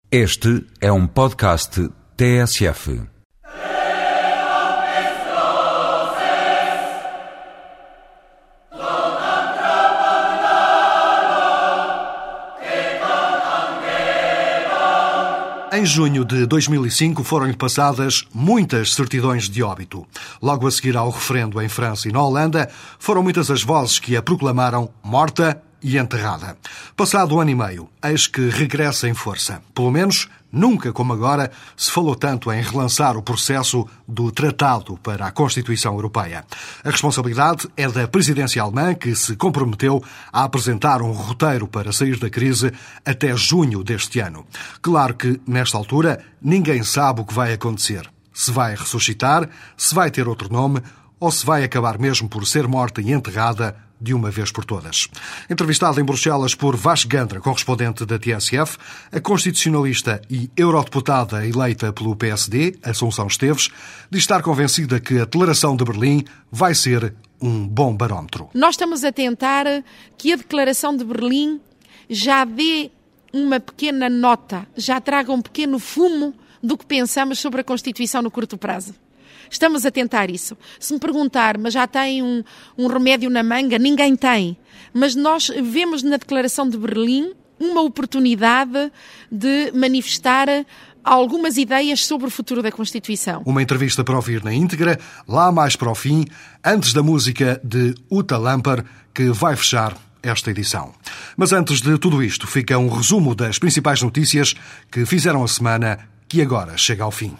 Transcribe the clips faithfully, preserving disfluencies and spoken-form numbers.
Este é um podcast T S F. Em junho de dois mil e cinco foram-lhe passadas muitas certidões de óbito. Logo a seguir ao referendo em França e na Holanda, foram muitas as vozes que a proclamaram morta e enterrada. Passado um ano e meio, eis que regressa em força. Pelo menos, nunca como agora, se falou tanto em relançar o processo do Tratado para a Constituição Europeia. A responsabilidade é da presidência alemã, que se comprometeu a apresentar um roteiro para sair da crise até junho deste ano. Claro que, nesta altura, ninguém sabe o que vai acontecer. Se vai ressuscitar, se vai ter outro nome, ou se vai acabar mesmo por ser morta e enterrada de uma vez por todas. Entrevistada em Bruxelas por Vasco Gandra, correspondente da T S F, a constitucionalista e eurodeputada eleita pelo P S D, Assunção Esteves, diz estar convencida que a Declaração de Berlim vai ser um bom barómetro. Nós estamos a tentar que a Declaração de Berlim já dê uma pequena nota, já traga um pequeno fumo do que pensamos sobre a Constituição no curto prazo. Estamos a tentar isso. Se me perguntar, mas já tem um, um remédio na manga? Ninguém tem. Mas nós vemos na Declaração de Berlim uma oportunidade de manifestar algumas ideias sobre o futuro da Constituição. Uma entrevista para ouvir na íntegra, lá mais para o fim, antes da música de Uta Lamper, que vai fechar esta edição. Mas antes de tudo isto, fica um resumo das principais notícias que fizeram a semana que agora chega ao fim.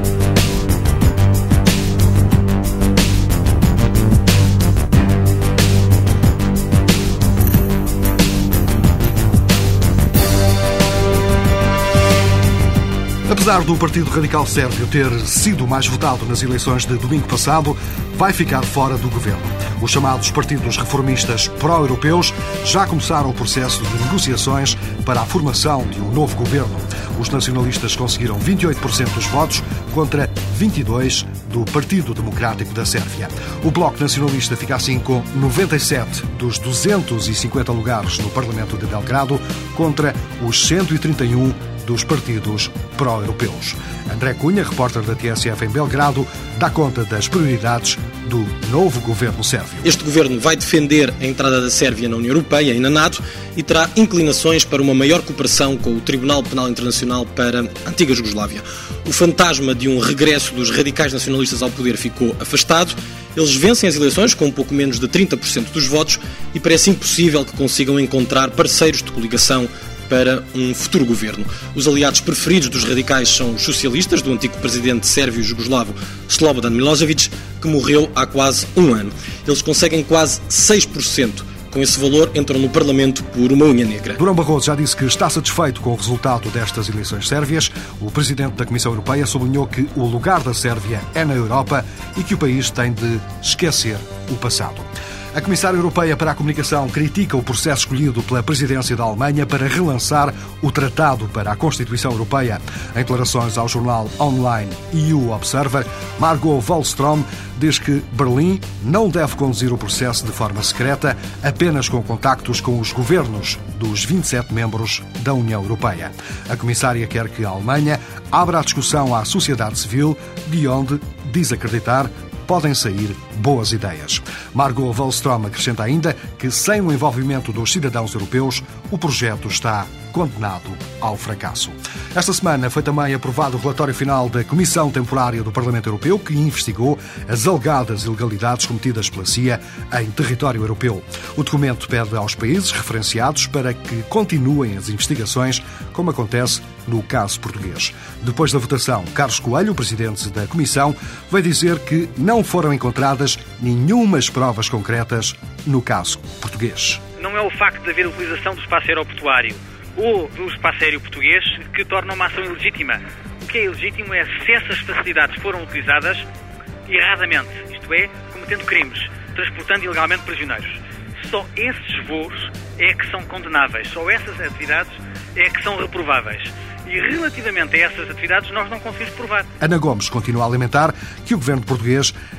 Apesar do Partido Radical Sérvio ter sido mais votado nas eleições de domingo passado, vai ficar fora do governo. Os chamados partidos reformistas pró-europeus já começaram o processo de negociações para a formação de um novo governo. Os nacionalistas conseguiram vinte e oito por cento dos votos contra vinte e dois por cento do Partido Democrático da Sérvia. O Bloco Nacionalista fica assim com noventa e sete dos duzentos e cinquenta lugares no Parlamento de Belgrado contra os cento e trinta e um dos partidos pró-europeus. André Cunha, repórter da T S F em Belgrado, dá conta das prioridades do novo governo sérvio. Este governo vai defender a entrada da Sérvia na União Europeia e na NATO e terá inclinações para uma maior cooperação com o Tribunal Penal Internacional para a antiga Jugoslávia. O fantasma de um regresso dos radicais nacionalistas ao poder ficou afastado. Eles vencem as eleições com um pouco menos de trinta por cento dos votos e parece impossível que consigam encontrar parceiros de coligação para um futuro governo. Os aliados preferidos dos radicais são os socialistas, do antigo presidente sérvio e jugoslavo Slobodan Milosevic, que morreu há quase um ano. Eles conseguem quase seis por cento. Com esse valor, entram no Parlamento por uma unha negra. Durão Barroso já disse que está satisfeito com o resultado destas eleições sérvias. O presidente da Comissão Europeia sublinhou que o lugar da Sérvia é na Europa e que o país tem de esquecer o passado. A Comissária Europeia para a Comunicação critica o processo escolhido pela presidência da Alemanha para relançar o Tratado para a Constituição Europeia. Em declarações ao jornal online E U Observer, Margot Wallström diz que Berlim não deve conduzir o processo de forma secreta, apenas com contactos com os governos dos vinte e sete membros da União Europeia. A comissária quer que a Alemanha abra a discussão à sociedade civil, de onde, diz acreditar, podem sair boas ideias. Margot Wallström acrescenta ainda que, sem o envolvimento dos cidadãos europeus, o projeto está condenado ao fracasso. Esta semana foi também aprovado o relatório final da Comissão Temporária do Parlamento Europeu, que investigou as alegadas ilegalidades cometidas pela C I A em território europeu. O documento pede aos países referenciados para que continuem as investigações, como acontece no caso português. Depois da votação, Carlos Coelho, o presidente da Comissão, vai dizer que não foram encontradas nenhumas provas concretas no caso português. Não é o facto de haver utilização do espaço aeroportuário ou do espaço aéreo português que torna uma ação ilegítima. O que é ilegítimo é se essas facilidades foram utilizadas erradamente, isto é, cometendo crimes, transportando ilegalmente prisioneiros. Só esses voos é que são condenáveis, só essas atividades é que são reprováveis. E relativamente a essas atividades nós não conseguimos provar. Ana Gomes continua a alimentar que o governo português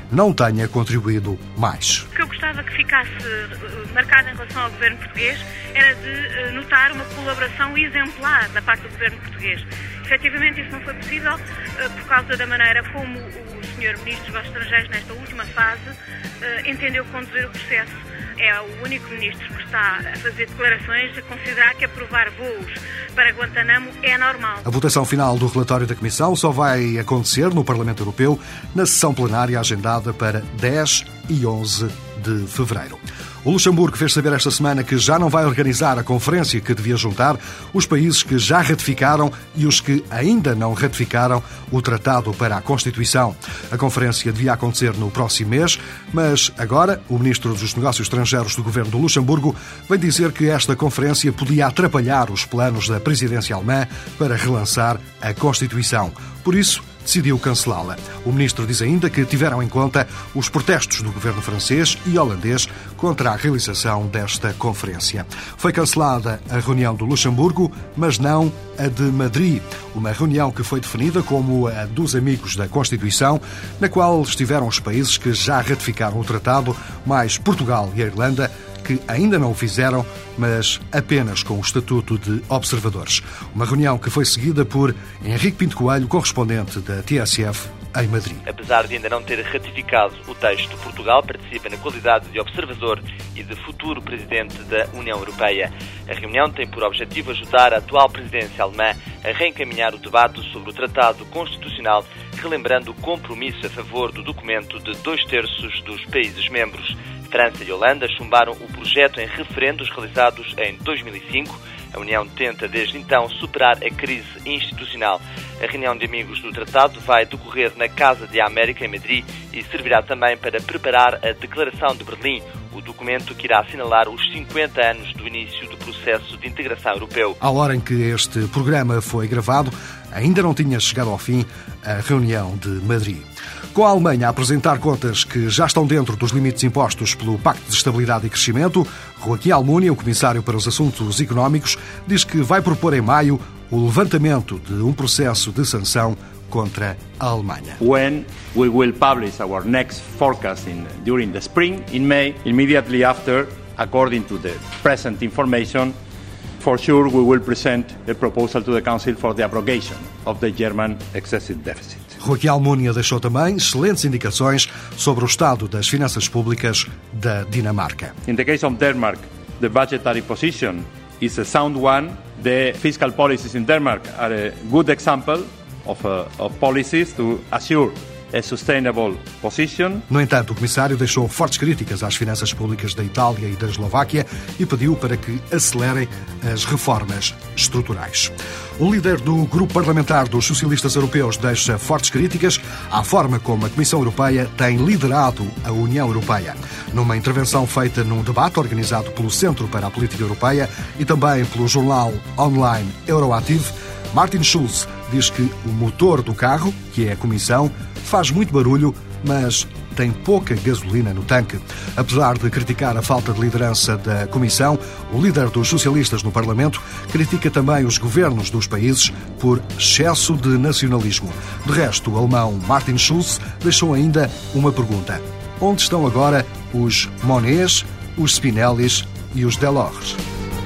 não tenha contribuído mais. O que eu gostava que ficasse marcado em relação ao governo português era de notar uma colaboração exemplar da parte do governo português. Efetivamente isso não foi possível por causa da maneira como o senhor Ministro dos Estrangeiros, nesta última fase, entendeu conduzir o processo. É o único ministro que está a fazer declarações, a considerar que aprovar voos para Guantanamo é normal. A votação final do relatório da Comissão só vai acontecer no Parlamento Europeu na sessão plenária agendada para dez e onze de fevereiro. O Luxemburgo fez saber esta semana que já não vai organizar a conferência que devia juntar os países que já ratificaram e os que ainda não ratificaram o Tratado para a Constituição. A conferência devia acontecer no próximo mês, mas agora o Ministro dos Negócios Estrangeiros do Governo do Luxemburgo vem dizer que esta conferência podia atrapalhar os planos da presidência alemã para relançar a Constituição. Por isso, decidiu cancelá-la. O ministro diz ainda que tiveram em conta os protestos do governo francês e holandês contra a realização desta conferência. Foi cancelada a reunião do Luxemburgo, mas não a de Madrid, uma reunião que foi definida como a dos amigos da Constituição, na qual estiveram os países que já ratificaram o tratado, mais Portugal e a Irlanda, que ainda não o fizeram, mas apenas com o estatuto de observadores. Uma reunião que foi seguida por Henrique Pinto Coelho, correspondente da T S F em Madrid. Apesar de ainda não ter ratificado o texto, Portugal participa na qualidade de observador e de futuro presidente da União Europeia. A reunião tem por objetivo ajudar a atual presidência alemã a reencaminhar o debate sobre o Tratado Constitucional, relembrando o compromisso a favor do documento de dois terços dos países membros. França e Holanda chumbaram o projeto em referendos realizados em dois mil e cinco. A União tenta, desde então, superar a crise institucional. A reunião de amigos do Tratado vai decorrer na Casa de América, em Madrid, e servirá também para preparar a Declaração de Berlim, o documento que irá assinalar os cinquenta anos do início do processo de integração europeu. À hora em que este programa foi gravado, ainda não tinha chegado ao fim a reunião de Madrid. Com a Alemanha a apresentar contas que já estão dentro dos limites impostos pelo Pacto de Estabilidade e Crescimento, Joaquim Almunia, o Comissário para os Assuntos Económicos, diz que vai propor em maio o levantamento de um processo de sanção contra a Alemanha. When we will publish our next forecast in, during the spring, in May, immediately after, according to the present information, for sure we will present a proposal to the Council for the abrogation of the German excessive deficit. Joaquim Almunia deixou também excelentes indicações sobre o estado das finanças públicas da Dinamarca. In the case of Denmark, the budgetary position is a sound one. The fiscal policies in Denmark are a good example of, uh, of policies to assure a sustainable position. No entanto, o comissário deixou fortes críticas às finanças públicas da Itália e da Eslováquia e pediu para que acelerem as reformas estruturais. O líder do grupo parlamentar dos socialistas europeus deixa fortes críticas à forma como a Comissão Europeia tem liderado a União Europeia. Numa intervenção feita num debate organizado pelo Centro para a Política Europeia e também pelo jornal online Euroactive, Martin Schulz diz que o motor do carro, que é a Comissão, faz muito barulho, mas tem pouca gasolina no tanque. Apesar de criticar a falta de liderança da Comissão, o líder dos socialistas no Parlamento critica também os governos dos países por excesso de nacionalismo. De resto, o alemão Martin Schulz deixou ainda uma pergunta. Onde estão agora os Monets, os Spinellis e os Delors?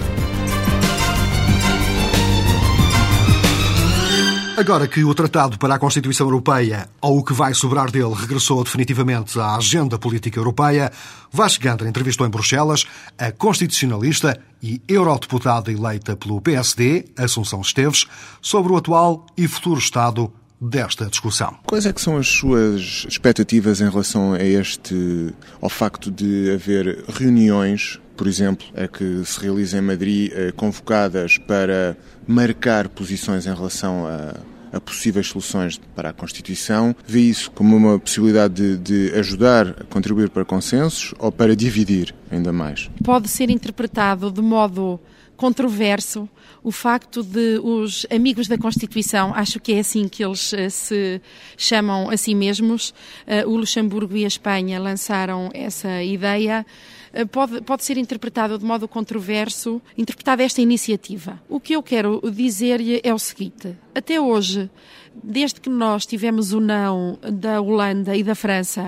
Agora que o Tratado para a Constituição Europeia, ou o que vai sobrar dele, regressou definitivamente à agenda política europeia, Vasco Gandra entrevistou em Bruxelas a constitucionalista e eurodeputada eleita pelo P S D, Assunção Esteves, sobre o atual e futuro estado desta discussão. Quais é que são as suas expectativas em relação a este, ao facto de haver reuniões, por exemplo, a que se realizam em Madrid, convocadas para marcar posições em relação a, a possíveis soluções para a Constituição? Vê isso como uma possibilidade de, de ajudar a contribuir para consensos ou para dividir ainda mais? Pode ser interpretado de modo controverso o facto de os amigos da Constituição, acho que é assim que eles uh, se chamam a si mesmos, uh, o Luxemburgo e a Espanha lançaram essa ideia, uh, pode, pode ser interpretado de modo controverso, interpretada esta iniciativa. O que eu quero dizer-lhe é o seguinte: até hoje, desde que nós tivemos o não da Holanda e da França,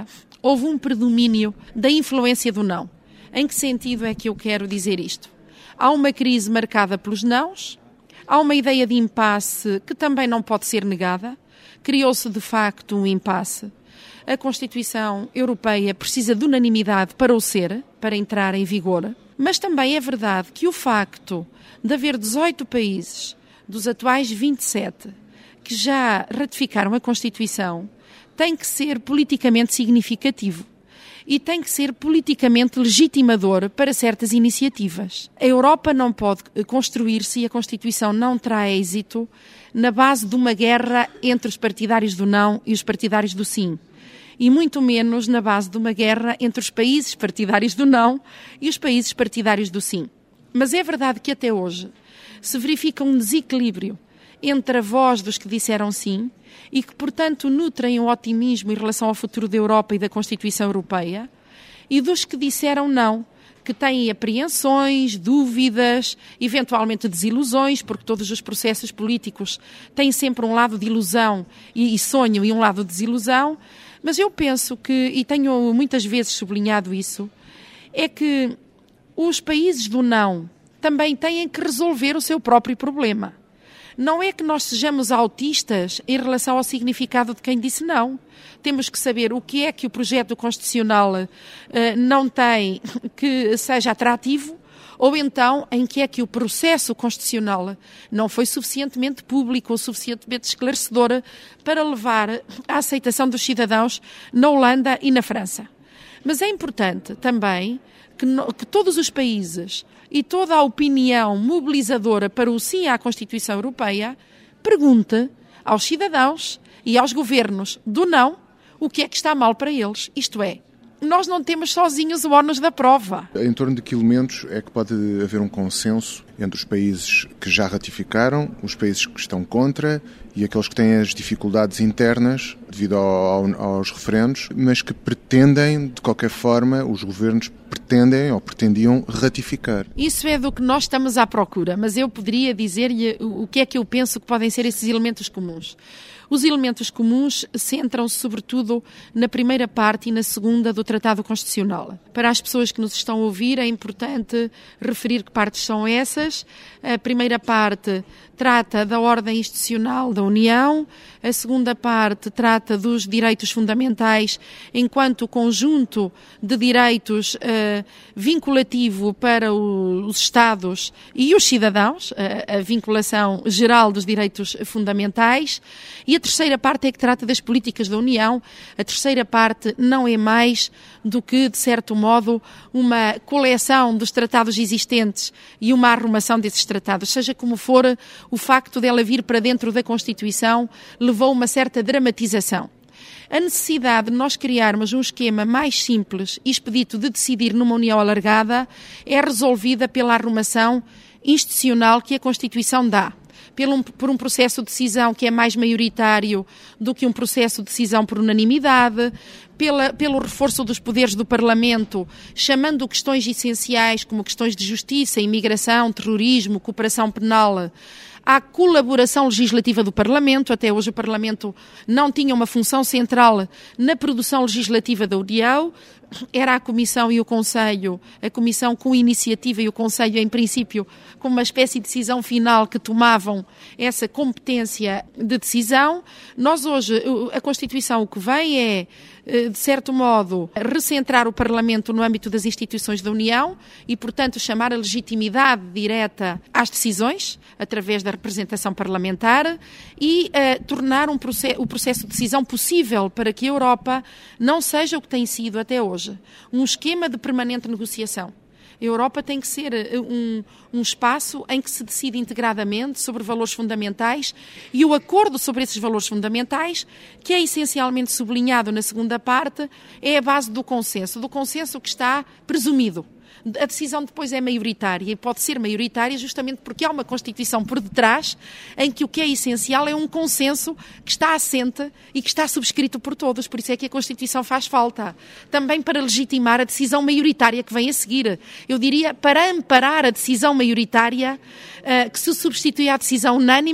houve um predomínio da influência do não. Em que sentido é que eu quero dizer isto? Há uma crise marcada pelos nãos, há uma ideia de impasse que também não pode ser negada, criou-se de facto um impasse. A Constituição Europeia precisa de unanimidade para o ser, para entrar em vigor, mas também é verdade que o facto de haver dezoito países dos atuais vinte e sete que já ratificaram a Constituição tem que ser politicamente significativo e tem que ser politicamente legitimador para certas iniciativas. A Europa não pode construir-se e a Constituição não terá êxito na base de uma guerra entre os partidários do não e os partidários do sim. E muito menos na base de uma guerra entre os países partidários do não e os países partidários do sim. Mas é verdade que até hoje se verifica um desequilíbrio entre a voz dos que disseram sim e que, portanto, nutrem um otimismo em relação ao futuro da Europa e da Constituição Europeia, e dos que disseram não, que têm apreensões, dúvidas, eventualmente desilusões, porque todos os processos políticos têm sempre um lado de ilusão e sonho e um lado de desilusão. Mas eu penso que, e tenho muitas vezes sublinhado isso, é que os países do não também têm que resolver o seu próprio problema. Não é que nós sejamos autistas em relação ao significado de quem disse não. Temos que saber o que é que o projeto constitucional uh, não tem que seja atrativo, ou então em que é que o processo constitucional não foi suficientemente público ou suficientemente esclarecedor para levar à aceitação dos cidadãos na Holanda e na França. Mas é importante também que, no, que todos os países e toda a opinião mobilizadora para o sim à Constituição Europeia pergunte aos cidadãos e aos governos do não o que é que está mal para eles. Isto é, nós não temos sozinhos o ónus da prova. Em torno de que elementos é que pode haver um consenso entre os países que já ratificaram, os países que estão contra e aqueles que têm as dificuldades internas devido ao, ao, aos referendos, mas que pretendem, de qualquer forma, os governos pretendem ou pretendiam ratificar? Isso é do que nós estamos à procura, mas eu poderia dizer-lhe o que é que eu penso que podem ser esses elementos comuns. Os elementos comuns centram-se sobretudo na primeira parte e na segunda do Tratado Constitucional. Para as pessoas que nos estão a ouvir, é importante referir que partes são essas. A primeira parte trata da ordem institucional da União, a segunda parte trata dos direitos fundamentais enquanto conjunto de direitos uh, vinculativo para o, os Estados e os cidadãos, a, a vinculação geral dos direitos fundamentais, e a terceira parte é que trata das políticas da União. A terceira parte não é mais do que, de certo modo, uma coleção dos tratados existentes e uma arrumação desses tratados. Seja como for, o facto dela vir para dentro da Constituição levou a uma certa dramatização. A necessidade de nós criarmos um esquema mais simples e expedito de decidir numa União alargada é resolvida pela arrumação institucional que a Constituição dá. Pelo, por um processo de decisão que é mais maioritário do que um processo de decisão por unanimidade, pela, pelo reforço dos poderes do Parlamento, chamando questões essenciais como questões de justiça, imigração, terrorismo, cooperação penal, à colaboração legislativa do Parlamento. Até hoje o Parlamento não tinha uma função central na produção legislativa da União. Era a Comissão e o Conselho, a Comissão com iniciativa e o Conselho, em princípio, com uma espécie de decisão final que tomavam essa competência de decisão. Nós hoje, a Constituição o que vem é, de certo modo, recentrar o Parlamento no âmbito das instituições da União e, portanto, chamar a legitimidade direta às decisões, através da representação parlamentar, e uh, tornar um processo, o processo de decisão possível para que a Europa não seja o que tem sido até hoje. Um esquema de permanente negociação. A Europa tem que ser um, um espaço em que se decide integradamente sobre valores fundamentais e o acordo sobre esses valores fundamentais, que é essencialmente sublinhado na segunda parte, é a base do consenso, do consenso que está presumido. A decisão depois é maioritária e pode ser maioritária justamente porque há uma Constituição por detrás em que o que é essencial é um consenso que está assente e que está subscrito por todos. Por isso é que a Constituição faz falta. Também para legitimar a decisão maioritária que vem a seguir. Eu diria, para amparar a decisão maioritária uh, que se substitui à decisão unânime,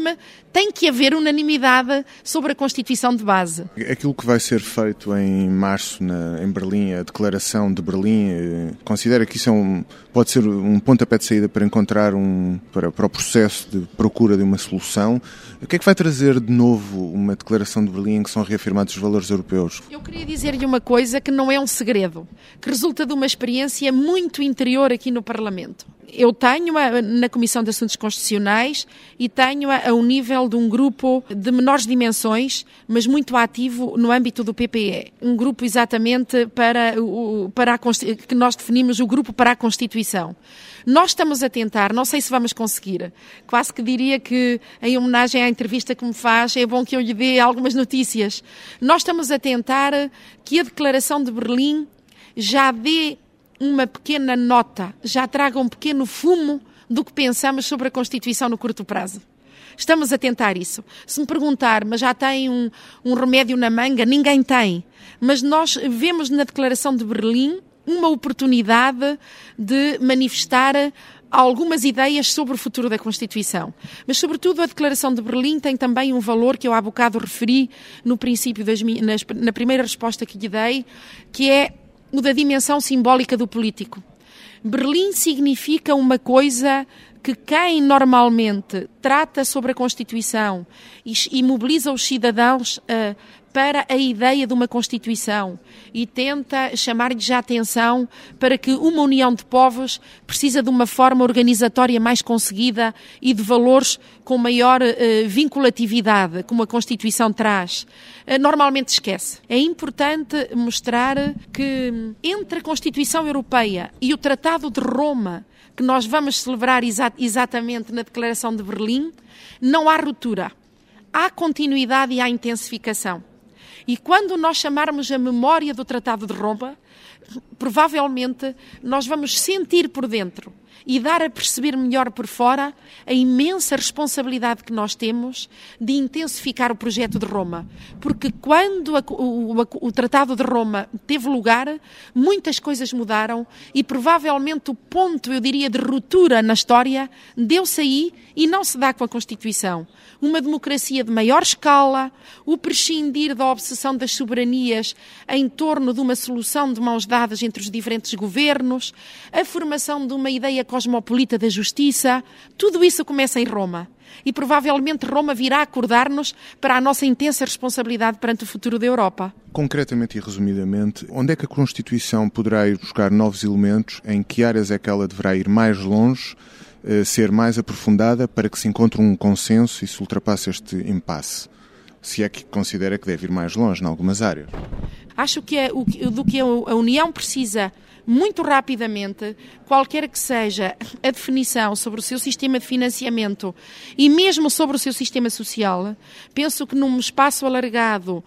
tem que haver unanimidade sobre a Constituição de base. Aquilo que vai ser feito em março na, em Berlim, a Declaração de Berlim, considera que isso é um, pode ser um pontapé de saída para encontrar um, para, para o processo de procura de uma solução. O que é que vai trazer de novo uma Declaração de Berlim em que são reafirmados os valores europeus? Eu queria dizer-lhe uma coisa que não é um segredo, que resulta de uma experiência muito interior aqui no Parlamento. Eu tenho-a na Comissão de Assuntos Constitucionais e tenho-a ao nível de um grupo de menores dimensões, mas muito ativo no âmbito do P P E. Um grupo exatamente para, o, para a, que nós definimos o grupo para a Constituição. Nós estamos a tentar, não sei se vamos conseguir, quase que diria que, em homenagem à entrevista que me faz, é bom que eu lhe dê algumas notícias. Nós estamos a tentar que a Declaração de Berlim já dê uma pequena nota, já traga um pequeno fumo do que pensamos sobre a Constituição no curto prazo. Estamos a tentar isso. Se me perguntar, mas já tem um, um remédio na manga? Ninguém tem. Mas nós vemos na Declaração de Berlim uma oportunidade de manifestar algumas ideias sobre o futuro da Constituição. Mas, sobretudo, a Declaração de Berlim tem também um valor que eu há bocado referi no princípio, das, nas, na primeira resposta que lhe dei, que é o da dimensão simbólica do político. Berlim significa uma coisa que quem normalmente trata sobre a Constituição e, e mobiliza os cidadãos uh, para a ideia de uma Constituição e tenta chamar-lhes a atenção para que uma união de povos precisa de uma forma organizatória mais conseguida e de valores com maior uh, vinculatividade, como a Constituição traz. Uh, normalmente esquece. É importante mostrar que entre a Constituição Europeia e o Tratado de Roma, que nós vamos celebrar exa- exatamente na Declaração de Berlim, não há ruptura. Há continuidade e há intensificação. E quando nós chamarmos a memória do Tratado de Roma, provavelmente nós vamos sentir por dentro e dar a perceber melhor por fora a imensa responsabilidade que nós temos de intensificar o projeto de Roma. Porque quando a, o, o, o Tratado de Roma teve lugar, muitas coisas mudaram e provavelmente o ponto, eu diria, de ruptura na história deu-se aí e não se dá com a Constituição. Uma democracia de maior escala, o prescindir da obsessão das soberanias em torno de uma solução de mãos dadas entre os diferentes governos, a formação de uma ideia cosmopolita da justiça, tudo isso começa em Roma. E provavelmente Roma virá acordar-nos para a nossa intensa responsabilidade perante o futuro da Europa. Concretamente e resumidamente, onde é que a Constituição poderá ir buscar novos elementos? Em que áreas é que ela deverá ir mais longe, ser mais aprofundada para que se encontre um consenso e se ultrapasse este impasse? Se é que considera que deve ir mais longe em algumas áreas. Acho que é o, do que a União precisa muito rapidamente, qualquer que seja a definição sobre o seu sistema de financiamento e mesmo sobre o seu sistema social, penso que num espaço alargado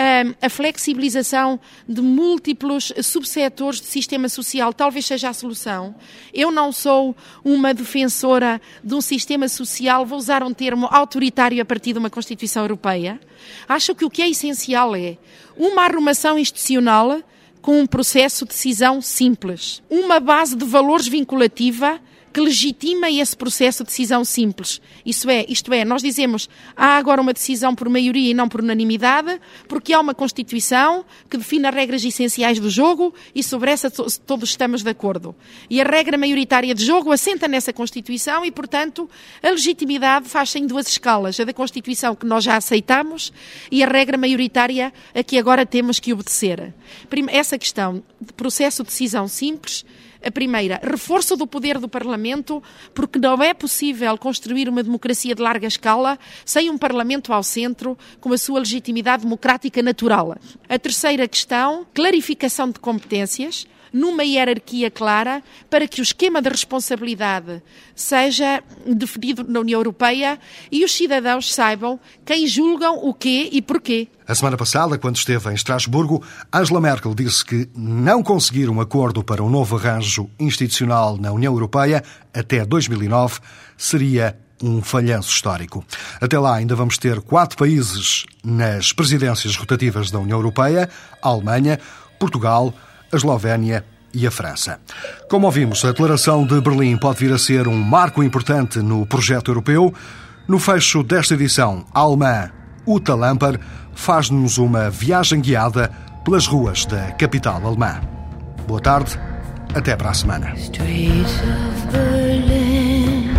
a flexibilização de múltiplos subsetores de sistema social talvez seja a solução. Eu não sou uma defensora de um sistema social, vou usar um termo autoritário a partir de uma Constituição Europeia. Acho que o que é essencial é uma arrumação institucional com um processo de decisão simples. Uma base de valores vinculativa que legitima esse processo de decisão simples. Isso é, isto é, nós dizemos, há agora uma decisão por maioria e não por unanimidade, porque há uma Constituição que define as regras essenciais do jogo e sobre essa todos estamos de acordo. E a regra maioritária de jogo assenta nessa Constituição e, portanto, a legitimidade faz-se em duas escalas. A da Constituição que nós já aceitamos e a regra maioritária a que agora temos que obedecer. Essa questão de processo de decisão simples. A primeira, reforço do poder do Parlamento, porque não é possível construir uma democracia de larga escala sem um Parlamento ao centro, com a sua legitimidade democrática natural. A terceira questão, clarificação de competências, numa hierarquia clara, para que o esquema de responsabilidade seja definido na União Europeia e os cidadãos saibam quem julgam o quê e porquê. A semana passada, quando esteve em Estrasburgo, Angela Merkel disse que não conseguir um acordo para um novo arranjo institucional na União Europeia até dois mil e nove seria um falhanço histórico. Até lá ainda vamos ter quatro países nas presidências rotativas da União Europeia: a Alemanha, Portugal, a Eslovénia e a França. Como ouvimos, a Declaração de Berlim pode vir a ser um marco importante no projeto europeu. No fecho desta edição, a alemã Uta Lamper faz-nos uma viagem guiada pelas ruas da capital alemã. Boa tarde, até para a semana. Streets of Berlin,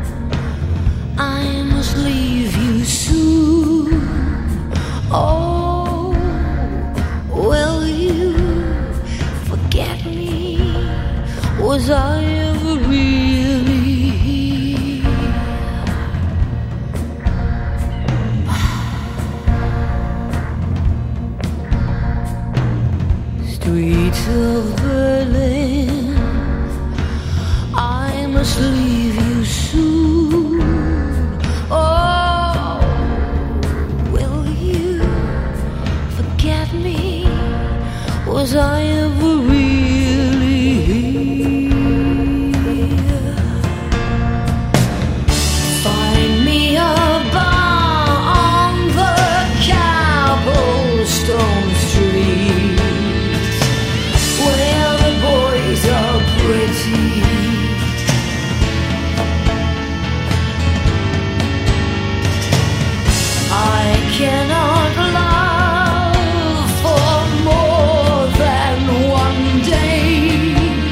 I must leave you soon. Oh, will you forget me? Was I ever really here? Streets of Berlin, I must leave you soon. Oh, will you forget me? Was I ever really here? Find me a bar on the cobblestone streets where the boys are pretty. I cannot love for more than one day,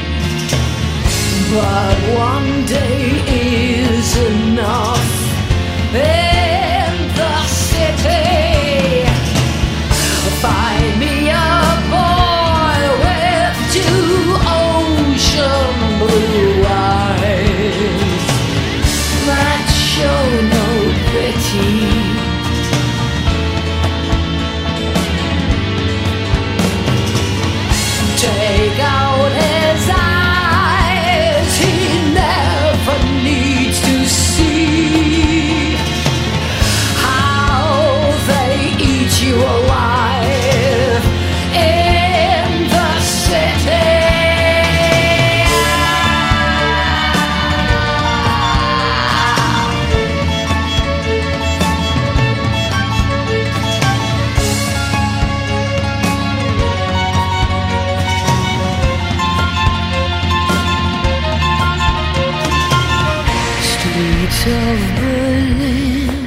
but one day is enough in the city. Find me a boy with two ocean blue eyes that show no pity. Take out his eyes, he never needs to see how they eat you alive in the city. Streets of Berlin,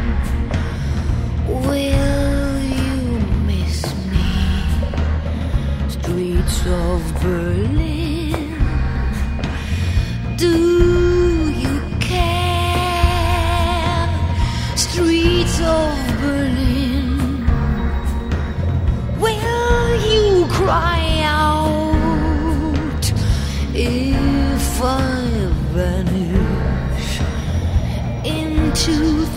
will you miss me? Streets of Berlin, do you care? Streets of Berlin, will you cry out if I vanish into